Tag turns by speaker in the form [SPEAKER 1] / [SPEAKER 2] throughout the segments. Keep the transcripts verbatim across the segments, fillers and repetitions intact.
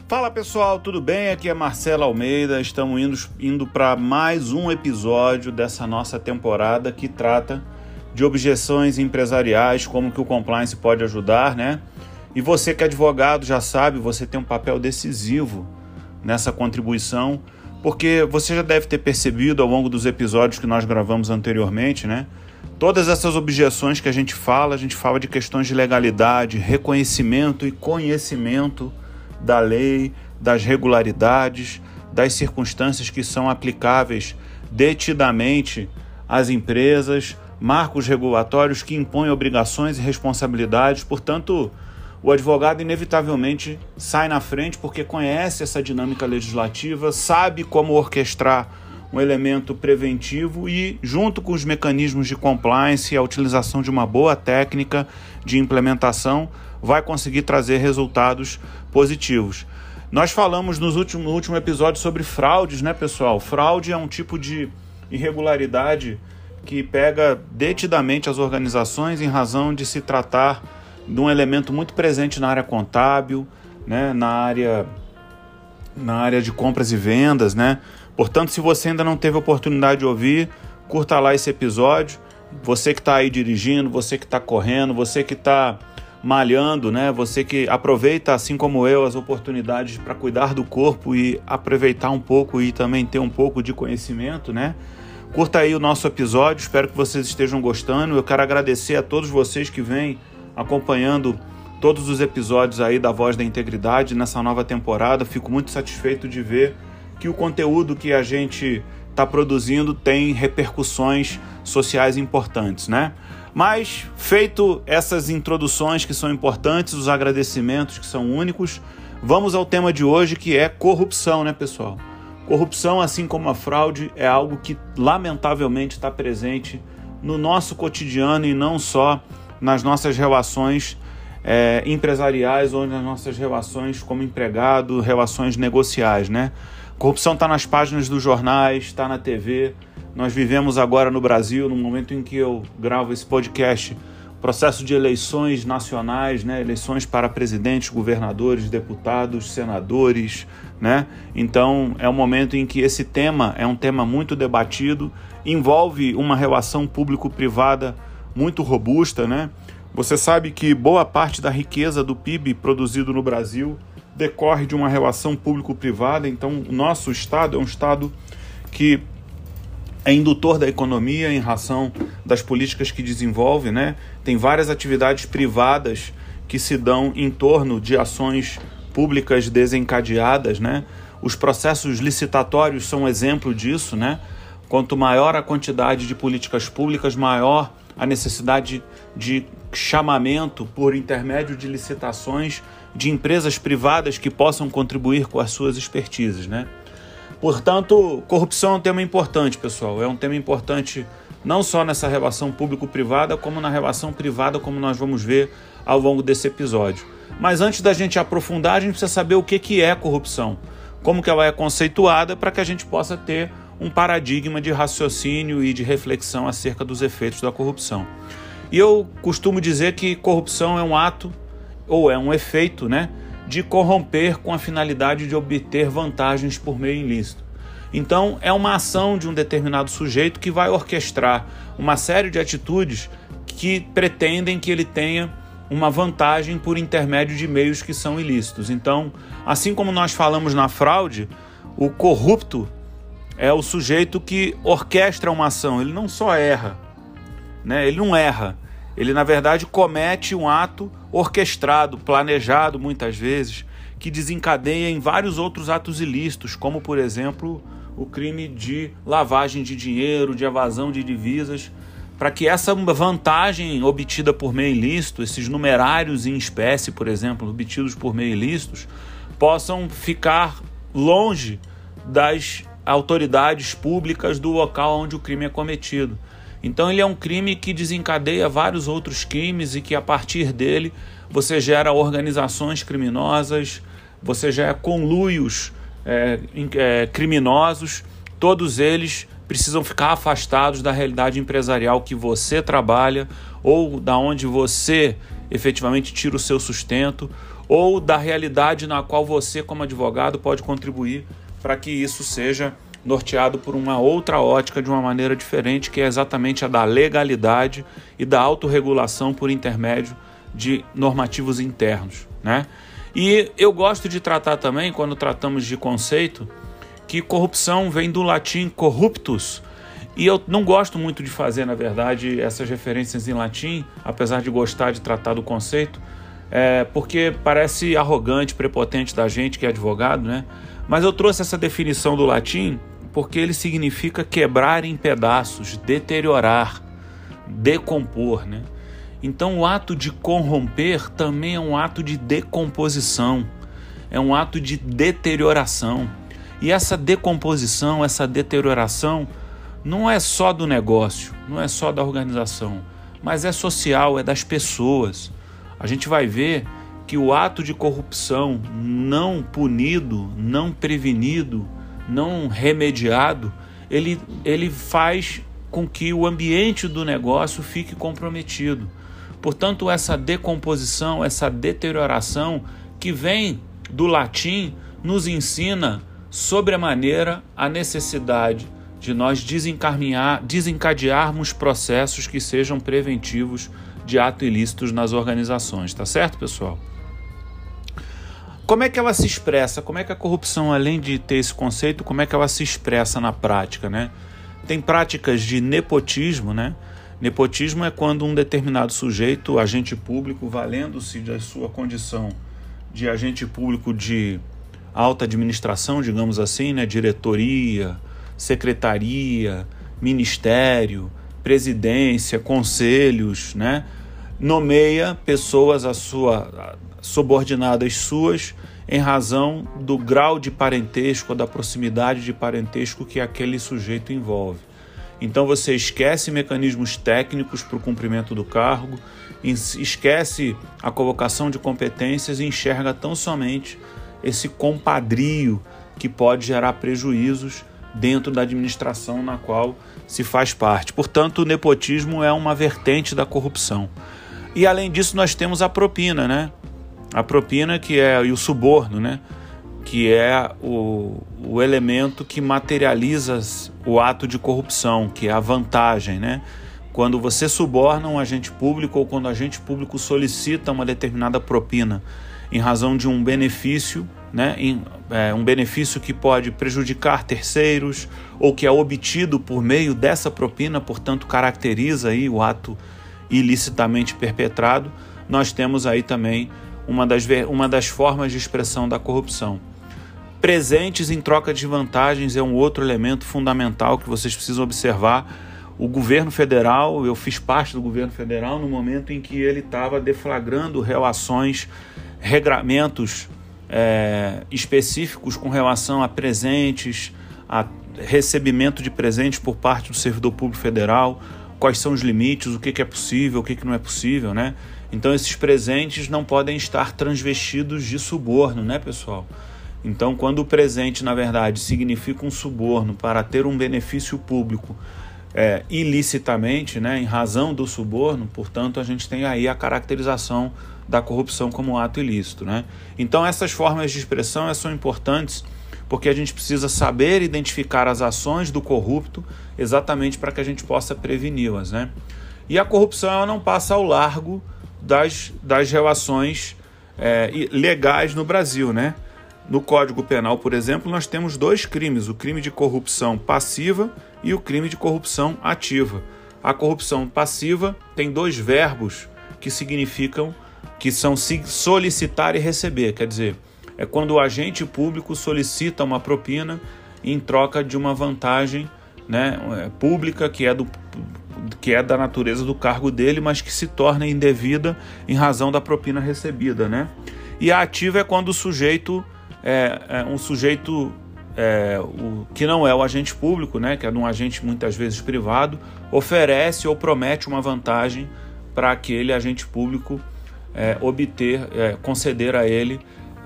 [SPEAKER 1] Fala pessoal, tudo bem? Aqui é Marcelo Almeida, estamos indo, indo para mais um episódio dessa nossa temporada que trata de objeções empresariais, como que o compliance pode ajudar, né? E você que é advogado já sabe, você tem um papel decisivo nessa contribuição, porque você já deve ter percebido ao longo dos episódios que nós gravamos anteriormente, né? Todas essas objeções que a gente fala, a gente fala de questões de legalidade, reconhecimento e conhecimento da lei, das regularidades, das circunstâncias que são aplicáveis detidamente às empresas, marcos regulatórios que impõem obrigações e responsabilidades. Portanto, o advogado inevitavelmente sai na frente porque conhece essa dinâmica legislativa, sabe como orquestrar um elemento preventivo e, junto com os mecanismos de compliance e a utilização de uma boa técnica de implementação, vai conseguir trazer resultados positivos. Nós falamos nos últimos, no último episódio sobre fraudes, né, pessoal? Fraude é um tipo de irregularidade que pega detidamente as organizações em razão de se tratar de um elemento muito presente na área contábil, né, na área, na área de compras e vendas, né? Portanto, se você ainda não teve a oportunidade de ouvir, curta lá esse episódio. Você que está aí dirigindo, você que está correndo, você que está malhando, né? Você que aproveita, assim como eu, as oportunidades para cuidar do corpo e aproveitar um pouco e também ter um pouco de conhecimento, né? Curta aí o nosso episódio, espero que vocês estejam gostando. Eu quero agradecer a todos vocês que vêm acompanhando todos os episódios aí da Voz da Integridade nessa nova temporada. Fico muito satisfeito de ver que o conteúdo que a gente está produzindo tem repercussões sociais importantes, né? Mas, feito essas introduções que são importantes, os agradecimentos que são únicos, vamos ao tema de hoje, que é corrupção, né, pessoal? Corrupção, assim como a fraude, é algo que lamentavelmente está presente no nosso cotidiano e não só nas nossas relações é, empresariais ou nas nossas relações como empregado, relações negociais, né? Corrupção está nas páginas dos jornais, está na T V. Nós vivemos agora no Brasil, no momento em que eu gravo esse podcast, processo de eleições nacionais, né? Eleições para presidentes, governadores, deputados, senadores, né? Então, é um momento em que esse tema é um tema muito debatido, envolve uma relação público-privada muito robusta, né? Você sabe que boa parte da riqueza do P I B produzido no Brasil decorre de uma relação público-privada. Então, o nosso Estado é um Estado que é indutor da economia em razão das políticas que desenvolve, né? Tem várias atividades privadas que se dão em torno de ações públicas desencadeadas, né? Os processos licitatórios são um exemplo disso, né? Quanto maior a quantidade de políticas públicas, maior a necessidade de chamamento por intermédio de licitações de empresas privadas que possam contribuir com as suas expertises, né? Portanto, corrupção é um tema importante, pessoal. É um tema importante não só nessa relação público-privada, como na relação privada, como nós vamos ver ao longo desse episódio. Mas antes da gente aprofundar, a gente precisa saber o que que é corrupção, como que ela é conceituada, para que a gente possa ter um paradigma de raciocínio e de reflexão acerca dos efeitos da corrupção. E eu costumo dizer que corrupção é um ato, ou é um efeito, né, de corromper com a finalidade de obter vantagens por meio ilícito. Então, é uma ação de um determinado sujeito que vai orquestrar uma série de atitudes que pretendem que ele tenha uma vantagem por intermédio de meios que são ilícitos. Então, assim como nós falamos na fraude, o corrupto é o sujeito que orquestra uma ação. Ele não só erra, né? Ele não erra. Ele, na verdade, comete um ato orquestrado, planejado muitas vezes, que desencadeia em vários outros atos ilícitos, como, por exemplo, o crime de lavagem de dinheiro, de evasão de divisas, para que essa vantagem obtida por meio ilícito, esses numerários em espécie, por exemplo, obtidos por meio ilícitos, possam ficar longe das autoridades públicas do local onde o crime é cometido. Então ele é um crime que desencadeia vários outros crimes e que a partir dele você gera organizações criminosas, você gera conluios é, é, criminosos, todos eles precisam ficar afastados da realidade empresarial que você trabalha ou da onde você efetivamente tira o seu sustento, ou da realidade na qual você, como advogado, pode contribuir para que isso seja norteado por uma outra ótica de uma maneira diferente, que é exatamente a da legalidade e da autorregulação por intermédio de normativos internos, né? E eu gosto de tratar também, quando tratamos de conceito, que corrupção vem do latim corruptus, e eu não gosto muito de fazer, na verdade, essas referências em latim, apesar de gostar de tratar do conceito, é, porque parece arrogante, prepotente da gente que é advogado, né? Mas eu trouxe essa definição do latim porque ele significa quebrar em pedaços, deteriorar, decompor, né? Então o ato de corromper também é um ato de decomposição, é um ato de deterioração. E essa decomposição, essa deterioração não é só do negócio, não é só da organização, mas é social, é das pessoas. A gente vai ver que o ato de corrupção não punido, não prevenido, não remediado, ele, ele faz com que o ambiente do negócio fique comprometido. Portanto, essa decomposição, essa deterioração que vem do latim, nos ensina sobremaneira a necessidade de nós desencaminhar, desencadearmos processos que sejam preventivos de atos ilícitos nas organizações, tá certo, pessoal? Como é que ela se expressa? Como é que a corrupção, além de ter esse conceito, como é que ela se expressa na prática, né? Tem práticas de nepotismo, né? Nepotismo é quando um determinado sujeito, agente público, valendo-se da sua condição de agente público de alta administração, digamos assim, né? Diretoria, secretaria, ministério, presidência, conselhos, né? Nomeia pessoas a sua, subordinadas suas em razão do grau de parentesco, da proximidade de parentesco que aquele sujeito envolve. Então você esquece mecanismos técnicos para o cumprimento do cargo, esquece a colocação de competências e enxerga tão somente esse compadrio que pode gerar prejuízos dentro da administração na qual se faz parte. Portanto, o nepotismo é uma vertente da corrupção. E além disso, nós temos a propina, né? A propina que é e o suborno, né? Que é o, o elemento que materializa o ato de corrupção, que é a vantagem, né? Quando você suborna um agente público ou quando o agente público solicita uma determinada propina em razão de um benefício, né? Em, é, um benefício que pode prejudicar terceiros ou que é obtido por meio dessa propina, portanto caracteriza aí o ato ilicitamente perpetrado, nós temos aí também uma das, uma das formas de expressão da corrupção. Presentes em troca de vantagens é um outro elemento fundamental que vocês precisam observar. O governo federal, eu fiz parte do governo federal no momento em que ele estava deflagrando relações, regramentos é, específicos com relação a presentes, a recebimento de presentes por parte do servidor público federal, quais são os limites, o que, que é possível, o que, que não é possível, né? Então esses presentes não podem estar transvestidos de suborno, né, pessoal? Então quando o presente, na verdade, significa um suborno para ter um benefício público é, ilicitamente, né, em razão do suborno, portanto a gente tem aí a caracterização da corrupção como ato ilícito, né? Então essas formas de expressão são importantes porque a gente precisa saber identificar as ações do corrupto exatamente para que a gente possa preveni-las, né? E a corrupção ela não passa ao largo das, das relações é, legais no Brasil, né? No Código Penal, por exemplo, nós temos dois crimes, o crime de corrupção passiva e o crime de corrupção ativa. A corrupção passiva tem dois verbos que significam, que são solicitar e receber, quer dizer, é quando o agente público solicita uma propina em troca de uma vantagem, né, pública que é, do, que é da natureza do cargo dele, mas que se torna indevida em razão da propina recebida, né? E a ativa é quando o sujeito é, é um sujeito é, o, que não é o agente público, né, que é de um agente muitas vezes privado, oferece ou promete uma vantagem para aquele agente público é, obter, é, conceder a ele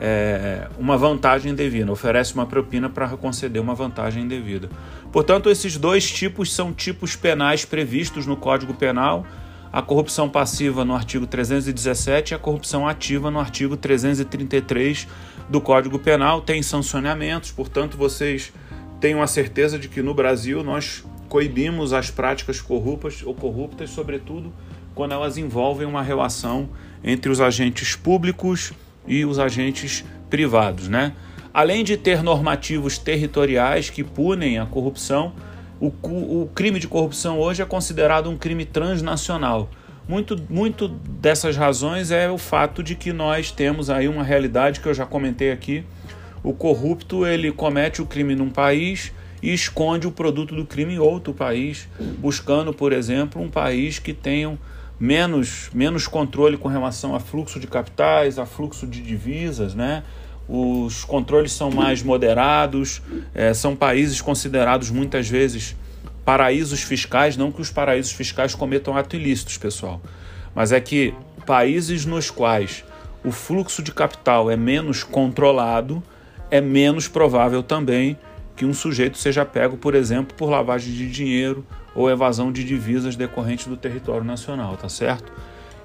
[SPEAKER 1] É, uma vantagem indevida, oferece uma propina para conceder uma vantagem indevida. Portanto, esses dois tipos são tipos penais previstos no Código Penal. a corrupção passiva no artigo trezentos e dezessete e a corrupção ativa no artigo trezentos e trinta e três do Código Penal. Tem sancionamentos, portanto, vocês tenham a certeza de que no Brasil nós coibimos as práticas corruptas ou corruptas, sobretudo quando elas envolvem uma relação entre os agentes públicos e os agentes privados, né? Além de ter normativos territoriais que punem a corrupção, o, o crime de corrupção hoje é considerado um crime transnacional. Muito, muito dessas razões é o fato de que nós temos aí uma realidade que eu já comentei aqui. O corrupto, ele comete o crime num país e esconde o produto do crime em outro país, buscando, por exemplo, um país que tenha menos, menos controle com relação a fluxo de capitais, a fluxo de divisas, né? Os controles são mais moderados, é, são países considerados muitas vezes paraísos fiscais, não que os paraísos fiscais cometam atos ilícitos, pessoal, mas é que países nos quais o fluxo de capital é menos controlado, é menos provável também que um sujeito seja pego, por exemplo, por lavagem de dinheiro ou evasão de divisas decorrentes do território nacional, tá certo?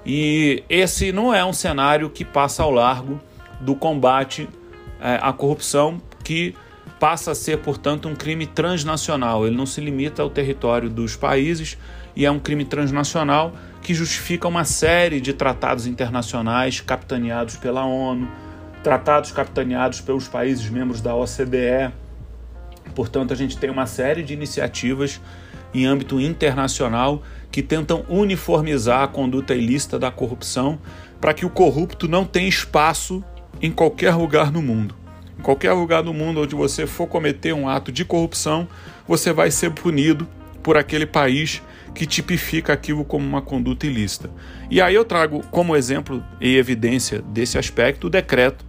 [SPEAKER 1] E esse não é um cenário que passa ao largo do combate é, à corrupção, que passa a ser, portanto, um crime transnacional. Ele não se limita ao território dos países e é um crime transnacional que justifica uma série de tratados internacionais capitaneados pela ONU, tratados capitaneados pelos países membros da O C D E. Portanto, a gente tem uma série de iniciativas em âmbito internacional que tentam uniformizar a conduta ilícita da corrupção para que o corrupto não tenha espaço em qualquer lugar no mundo. Em qualquer lugar do mundo onde você for cometer um ato de corrupção, você vai ser punido por aquele país que tipifica aquilo como uma conduta ilícita. E aí eu trago como exemplo e evidência desse aspecto o decreto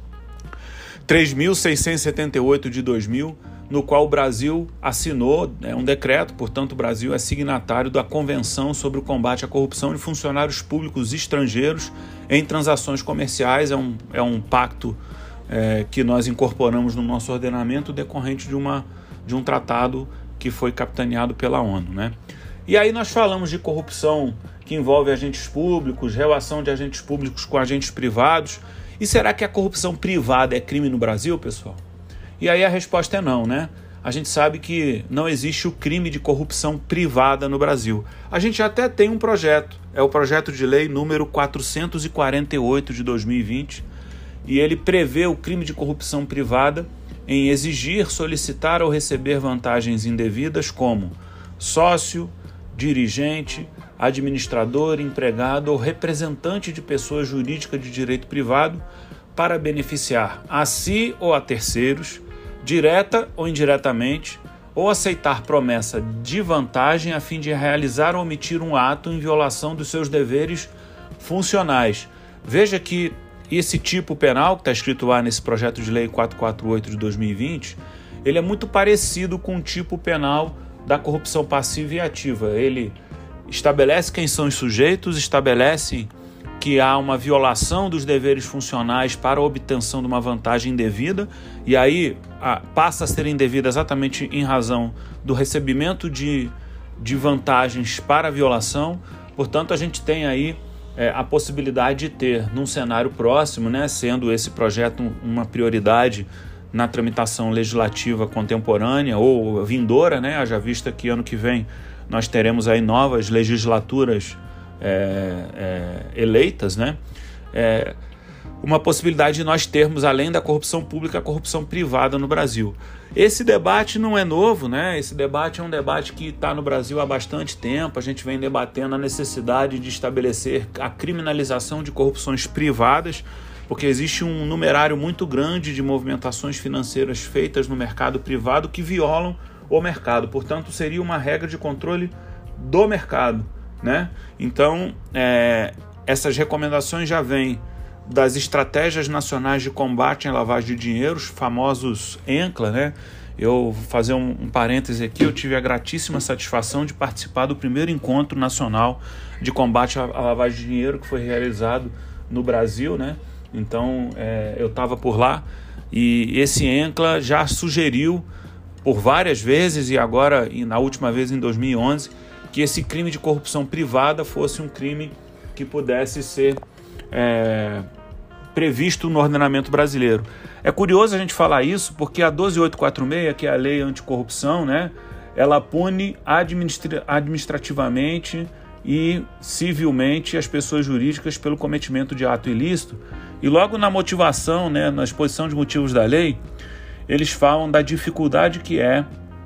[SPEAKER 1] três mil seiscentos e setenta e oito de dois mil, no qual o Brasil assinou, é um decreto, portanto o Brasil é signatário da Convenção sobre o Combate à Corrupção de Funcionários Públicos Estrangeiros em Transações Comerciais. É um, é um pacto é, que nós incorporamos no nosso ordenamento decorrente de, uma, de um tratado que foi capitaneado pela ONU, né? E aí nós falamos de corrupção que envolve agentes públicos, relação de agentes públicos com agentes privados. E será que a corrupção privada é crime no Brasil, pessoal? E aí a resposta é não, né? A gente sabe que não existe o crime de corrupção privada no Brasil. A gente até tem um projeto, é o projeto de lei número quatrocentos e quarenta e oito de dois mil e vinte, e ele prevê o crime de corrupção privada em exigir, solicitar ou receber vantagens indevidas como sócio, dirigente, administrador, empregado ou representante de pessoa jurídica de direito privado para beneficiar a si ou a terceiros, direta ou indiretamente, ou aceitar promessa de vantagem a fim de realizar ou omitir um ato em violação dos seus deveres funcionais. Veja que esse tipo penal, que está escrito lá nesse projeto de lei quatrocentos e quarenta e oito de dois mil e vinte, ele é muito parecido com o tipo penal da corrupção passiva e ativa. Ele estabelece quem são os sujeitos, estabelece que há uma violação dos deveres funcionais para a obtenção de uma vantagem indevida, e aí a, passa a ser indevida exatamente em razão do recebimento de, de vantagens para a violação. Portanto, a gente tem aí é, a possibilidade de ter, num cenário próximo, né, sendo esse projeto uma prioridade na tramitação legislativa contemporânea ou vindoura, né, haja vista que ano que vem nós teremos aí novas legislaturas É, é, eleitas, né? É, uma possibilidade de nós termos, além da corrupção pública, a corrupção privada no Brasil. Esse debate não é novo, né? Esse debate é um debate que está no Brasil há bastante tempo. A gente vem debatendo a necessidade de estabelecer a criminalização de corrupções privadas, porque existe um numerário muito grande de movimentações financeiras feitas no mercado privado que violam o mercado. Portanto, seria uma regra de controle do mercado, né? Então, é, essas recomendações já vêm das estratégias nacionais de combate à lavagem de dinheiro, os famosos ENCLA, né? Eu vou fazer um, um parêntese aqui, eu tive a gratíssima satisfação de participar do primeiro encontro nacional de combate à, à lavagem de dinheiro que foi realizado no Brasil, né? Então, é, eu estava por lá e esse ENCLA já sugeriu por várias vezes, e agora, e na última vez em dois mil e onze, que esse crime de corrupção privada fosse um crime que pudesse ser é, previsto no ordenamento brasileiro. É curioso a gente falar isso porque a doze mil oitocentos e quarenta e seis, que é a lei anticorrupção, né, ela pune administra- administrativamente e civilmente as pessoas jurídicas pelo cometimento de ato ilícito. E logo na motivação, né, na exposição de motivos da lei, eles falam da dificuldade que é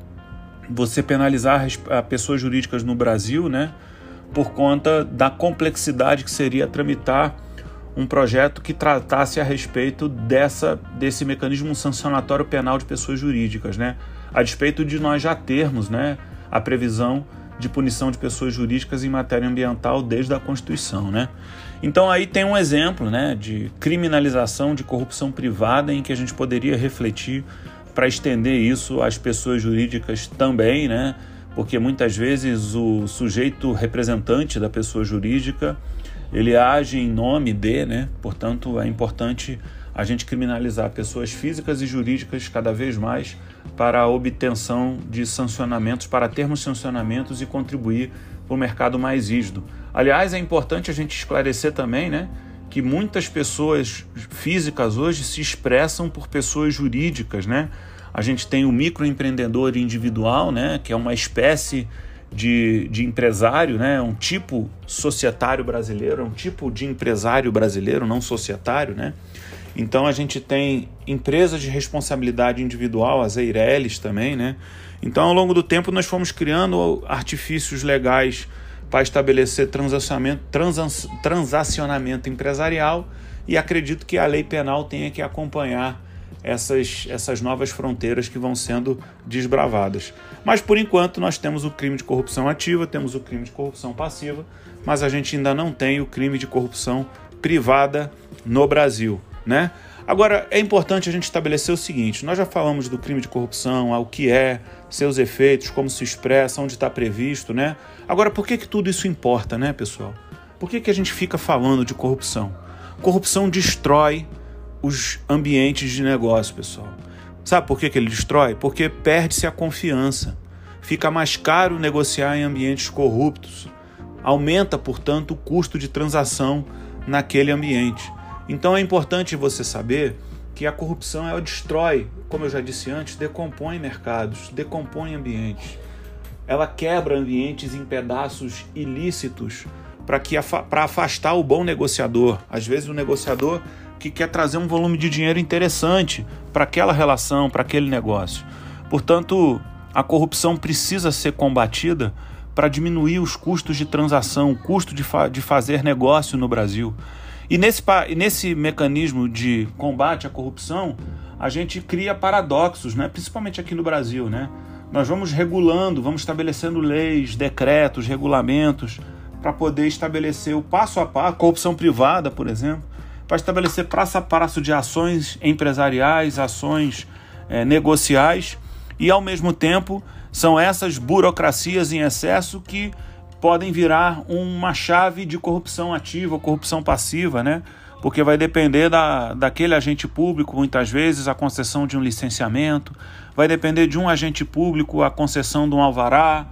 [SPEAKER 1] você penalizar as pessoas jurídicas no Brasil, né, por conta da complexidade que seria tramitar um projeto que tratasse a respeito dessa, desse mecanismo sancionatório penal de pessoas jurídicas, né, a despeito de nós já termos, né, a previsão de punição de pessoas jurídicas em matéria ambiental desde a Constituição, né? Então aí tem um exemplo, né, de criminalização de corrupção privada em que a gente poderia refletir para estender isso às pessoas jurídicas também, né? Porque muitas vezes o sujeito representante da pessoa jurídica, ele age em nome de, né? Portanto, é importante a gente criminalizar pessoas físicas e jurídicas cada vez mais para a obtenção de sancionamentos, para termos sancionamentos e contribuir para o mercado mais rígido. Aliás, é importante a gente esclarecer também, né, que muitas pessoas físicas hoje se expressam por pessoas jurídicas, né? A gente tem o microempreendedor individual, né, que é uma espécie de, de empresário, né, um tipo societário brasileiro, um tipo de empresário brasileiro, não societário, né? Então a gente tem empresas de responsabilidade individual, as EIRELIs também, né? Então ao longo do tempo nós fomos criando artifícios legais para estabelecer transacionamento, trans, transacionamento empresarial, e acredito que a lei penal tenha que acompanhar essas, essas novas fronteiras que vão sendo desbravadas. Mas por enquanto nós temos o crime de corrupção ativa, temos o crime de corrupção passiva, mas a gente ainda não tem o crime de corrupção privada no Brasil, né? Agora, é importante a gente estabelecer o seguinte: nós já falamos do crime de corrupção, o que é, seus efeitos, como se expressa, onde está previsto, né? Agora, por que que tudo isso importa, né, pessoal? Por que que a gente fica falando de corrupção? Corrupção destrói os ambientes de negócio, pessoal. Sabe por que que ele destrói? Porque perde-se a confiança. Fica mais caro negociar em ambientes corruptos. Aumenta, portanto, o custo de transação naquele ambiente. Então é importante você saber que a corrupção ela destrói, como eu já disse antes, decompõe mercados, decompõe ambientes. Ela quebra ambientes em pedaços ilícitos para que para afastar o bom negociador. Às vezes o negociador que quer trazer um volume de dinheiro interessante para aquela relação, para aquele negócio. Portanto, a corrupção precisa ser combatida para diminuir os custos de transação, o custo de, fa- de fazer negócio no Brasil. E nesse, nesse mecanismo de combate à corrupção, a gente cria paradoxos, né? Principalmente aqui no Brasil, né? Nós vamos regulando, vamos estabelecendo leis, decretos, regulamentos, para poder estabelecer o passo a passo, corrupção privada, por exemplo, para estabelecer passo a passo de ações empresariais, ações é, negociais, e ao mesmo tempo são essas burocracias em excesso que podem virar uma chave de corrupção ativa ou corrupção passiva, né? Porque vai depender da, daquele agente público, muitas vezes, a concessão de um licenciamento, vai depender de um agente público, a concessão de um alvará.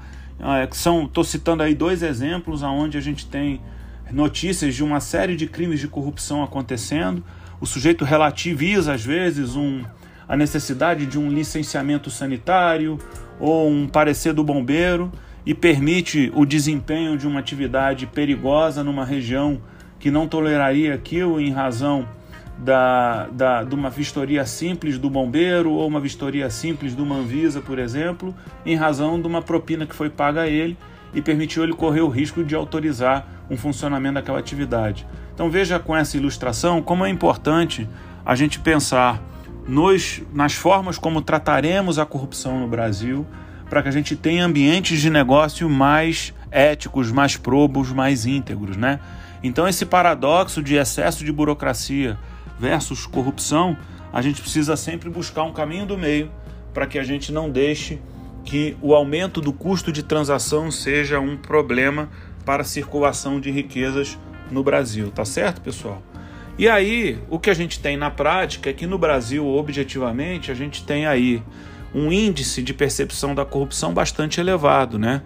[SPEAKER 1] Estou citando aí dois exemplos onde a gente tem notícias de uma série de crimes de corrupção acontecendo. O sujeito relativiza, às vezes, um, a necessidade de um licenciamento sanitário ou um parecer do bombeiro, e permite o desempenho de uma atividade perigosa numa região que não toleraria aquilo em razão da, da, de uma vistoria simples do bombeiro ou uma vistoria simples do Anvisa, por exemplo, em razão de uma propina que foi paga a ele e permitiu ele correr o risco de autorizar um funcionamento daquela atividade. Então veja com essa ilustração como é importante a gente pensar nos, nas formas como trataremos a corrupção no Brasil, para que a gente tenha ambientes de negócio mais éticos, mais probos, mais íntegros, né? Então esse paradoxo de excesso de burocracia versus corrupção, a gente precisa sempre buscar um caminho do meio para que a gente não deixe que o aumento do custo de transação seja um problema para a circulação de riquezas no Brasil, tá certo, pessoal? E aí, o que a gente tem na prática é que no Brasil, objetivamente, a gente tem aí um índice de percepção da corrupção bastante elevado, né?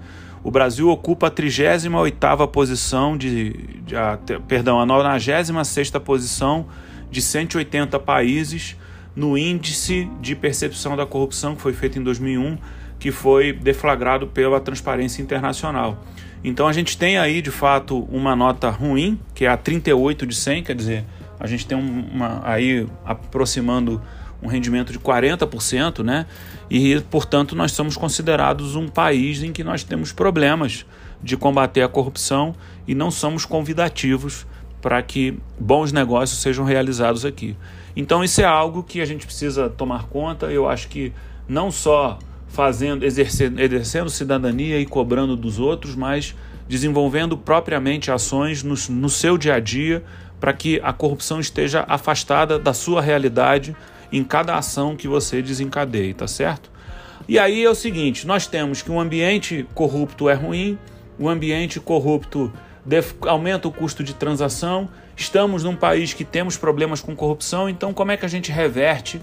[SPEAKER 1] O Brasil ocupa a trigésima oitava posição, de, de a, perdão, a nonagésima sexta posição de cento e oitenta países no índice de percepção da corrupção que foi feito em dois mil e um, que foi deflagrado pela Transparência Internacional. Então a gente tem aí de fato uma nota ruim, que é a trinta e oito de cem, quer dizer, a gente tem uma, aí aproximando um rendimento de quarenta por cento, né? E, portanto, nós somos considerados um país em que nós temos problemas de combater a corrupção e não somos convidativos para que bons negócios sejam realizados aqui. Então, isso é algo que a gente precisa tomar conta. Eu acho que não só fazendo, exercendo, exercendo cidadania e cobrando dos outros, mas desenvolvendo propriamente ações no, no seu dia a dia para que a corrupção esteja afastada da sua realidade em cada ação que você desencadeie, tá certo? E aí é o seguinte, nós temos que um ambiente corrupto é ruim, o ambiente corrupto def- aumenta o custo de transação, estamos num país que temos problemas com corrupção, então como é que a gente reverte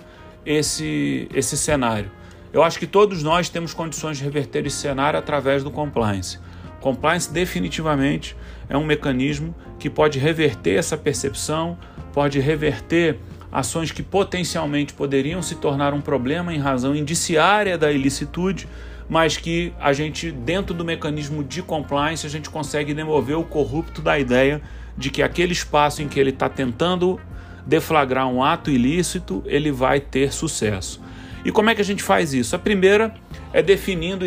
[SPEAKER 1] esse, esse cenário? Eu acho que todos nós temos condições de reverter esse cenário através do compliance. Compliance definitivamente é um mecanismo que pode reverter essa percepção, pode reverter ações que potencialmente poderiam se tornar um problema em razão indiciária da ilicitude, mas que a gente, dentro do mecanismo de compliance, a gente consegue demover o corrupto da ideia de que aquele espaço em que ele está tentando deflagrar um ato ilícito, ele vai ter sucesso. E como é que a gente faz isso? A primeira é definindo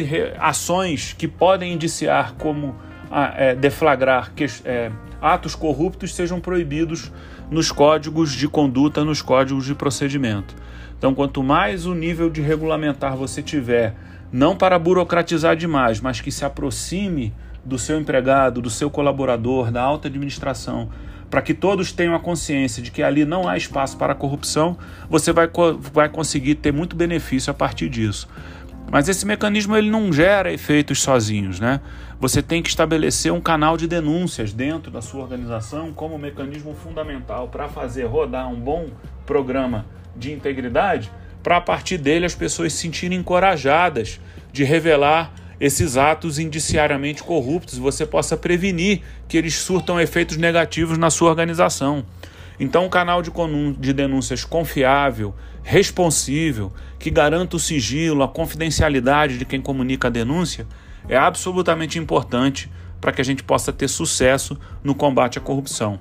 [SPEAKER 1] ações que podem indiciar como é, deflagrar que, é, atos corruptos sejam proibidos nos códigos de conduta, nos códigos de procedimento. Então, quanto mais o nível de regulamentar você tiver, não para burocratizar demais, mas que se aproxime do seu empregado, do seu colaborador, da alta administração, para que todos tenham a consciência de que ali não há espaço para a corrupção, você vai, vai conseguir ter muito benefício a partir disso. Mas esse mecanismo ele não gera efeitos sozinhos, né? Você tem que estabelecer um canal de denúncias dentro da sua organização como mecanismo fundamental para fazer rodar um bom programa de integridade, para a partir dele as pessoas se sentirem encorajadas de revelar esses atos indiciariamente corruptos e você possa prevenir que eles surtam efeitos negativos na sua organização. Então, um canal de, de denúncias confiável, responsível, que garanta o sigilo, a confidencialidade de quem comunica a denúncia, é absolutamente importante para que a gente possa ter sucesso no combate à corrupção.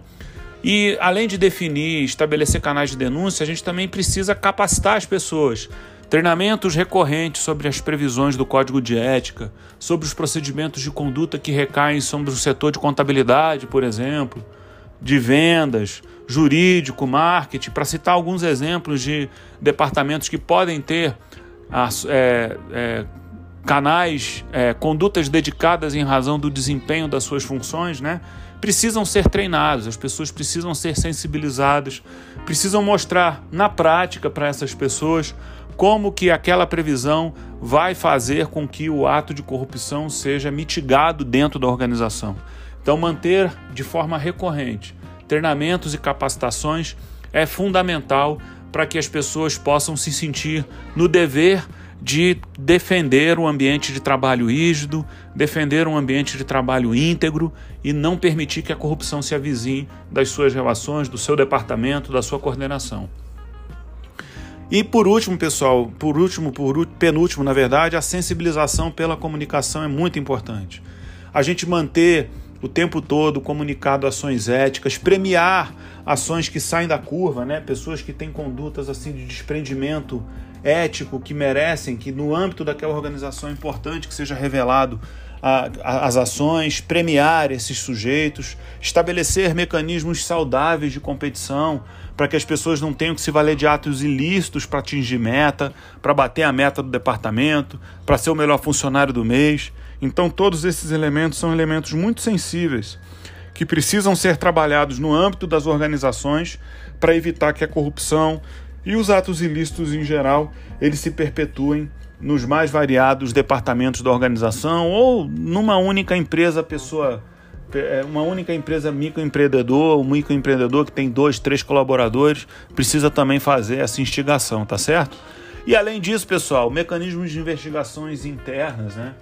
[SPEAKER 1] E, além de definir e estabelecer canais de denúncia, a gente também precisa capacitar as pessoas. Treinamentos recorrentes sobre as previsões do Código de Ética, sobre os procedimentos de conduta que recaem sobre o setor de contabilidade, por exemplo, de vendas, jurídico, marketing, para citar alguns exemplos de departamentos que podem ter é, é, canais, é, condutas dedicadas em razão do desempenho das suas funções, né? Precisam ser treinados, as pessoas precisam ser sensibilizadas, precisam mostrar na prática para essas pessoas como que aquela previsão vai fazer com que o ato de corrupção seja mitigado dentro da organização. Então, manter de forma recorrente treinamentos e capacitações é fundamental para que as pessoas possam se sentir no dever de defender um ambiente de trabalho rígido, defender um ambiente de trabalho íntegro e não permitir que a corrupção se avizinhe das suas relações, do seu departamento, da sua coordenação. E por último, pessoal, por último, por penúltimo, na verdade, a sensibilização pela comunicação é muito importante. A gente manter o tempo todo comunicado ações éticas, premiar ações que saem da curva, né? Pessoas que têm condutas assim de desprendimento ético, que merecem, que no âmbito daquela organização é importante que seja revelado a, a, as ações, premiar esses sujeitos, estabelecer mecanismos saudáveis de competição para que as pessoas não tenham que se valer de atos ilícitos para atingir meta, para bater a meta do departamento, para ser o melhor funcionário do mês. Então todos esses elementos são elementos muito sensíveis que precisam ser trabalhados no âmbito das organizações para evitar que a corrupção e os atos ilícitos em geral eles se perpetuem nos mais variados departamentos da organização ou numa única empresa, pessoa, uma única empresa microempreendedor, um microempreendedor que tem dois, três colaboradores, precisa também fazer essa instigação, tá certo? E além disso, pessoal, mecanismos de investigações internas, né?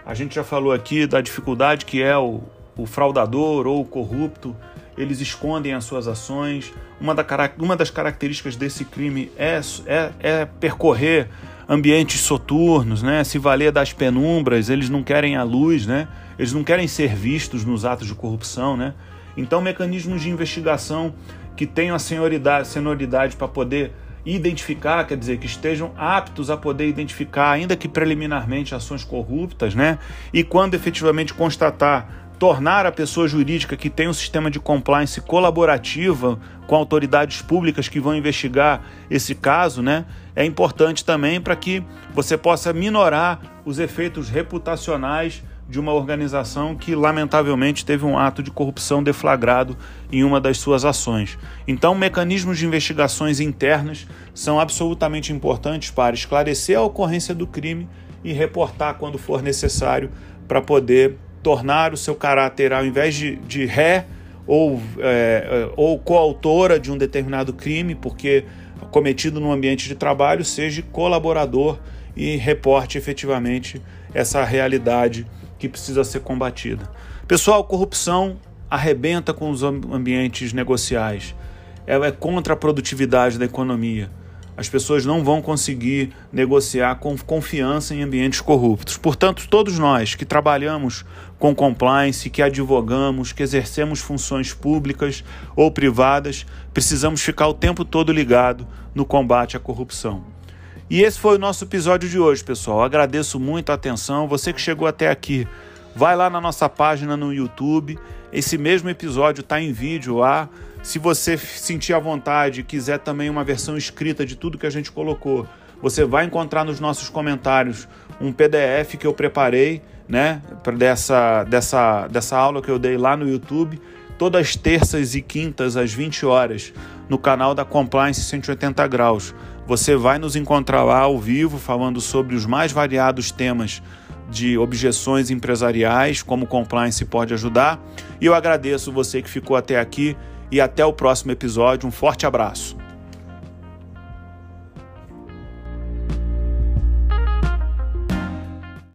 [SPEAKER 1] A gente já falou aqui da dificuldade que é o, o fraudador ou o corrupto. Eles escondem as suas ações. Uma, da, uma das características desse crime é, é, é percorrer ambientes soturnos, né? Se valer das penumbras. Eles não querem a luz, né? Eles não querem ser vistos nos atos de corrupção, né? Então, mecanismos de investigação que tenham a senioridade, senioridade para poder identificar, quer dizer, que estejam aptos a poder identificar, ainda que preliminarmente, ações corruptas, né? E quando efetivamente constatar, tornar a pessoa jurídica que tem um sistema de compliance colaborativa com autoridades públicas que vão investigar esse caso, né? É importante também para que você possa minorar os efeitos reputacionais de uma organização que, lamentavelmente, teve um ato de corrupção deflagrado em uma das suas ações. Então, mecanismos de investigações internas são absolutamente importantes para esclarecer a ocorrência do crime e reportar quando for necessário para poder tornar o seu caráter, ao invés de, de ré ou, é, ou coautora de um determinado crime, porque cometido no ambiente de trabalho, seja colaborador e reporte efetivamente essa realidade que precisa ser combatida. Pessoal, corrupção arrebenta com os ambientes negociais. Ela é contra a produtividade da economia. As pessoas não vão conseguir negociar com confiança em ambientes corruptos. Portanto, todos nós que trabalhamos com compliance, que advogamos, que exercemos funções públicas ou privadas, precisamos ficar o tempo todo ligado no combate à corrupção. E esse foi o nosso episódio de hoje, pessoal. Eu agradeço muito a atenção. Você que chegou até aqui, vai lá na nossa página no YouTube. Esse mesmo episódio está em vídeo lá. Se você sentir à vontade e quiser também uma versão escrita de tudo que a gente colocou, você vai encontrar nos nossos comentários um P D F que eu preparei, né, dessa, dessa, dessa aula que eu dei lá no YouTube, todas as terças e quintas às vinte horas, no canal da Compliance cento e oitenta graus. Você vai nos encontrar lá ao vivo, falando sobre os mais variados temas de objeções empresariais, como compliance pode ajudar. E eu agradeço você que ficou até aqui e até o próximo episódio. Um forte abraço.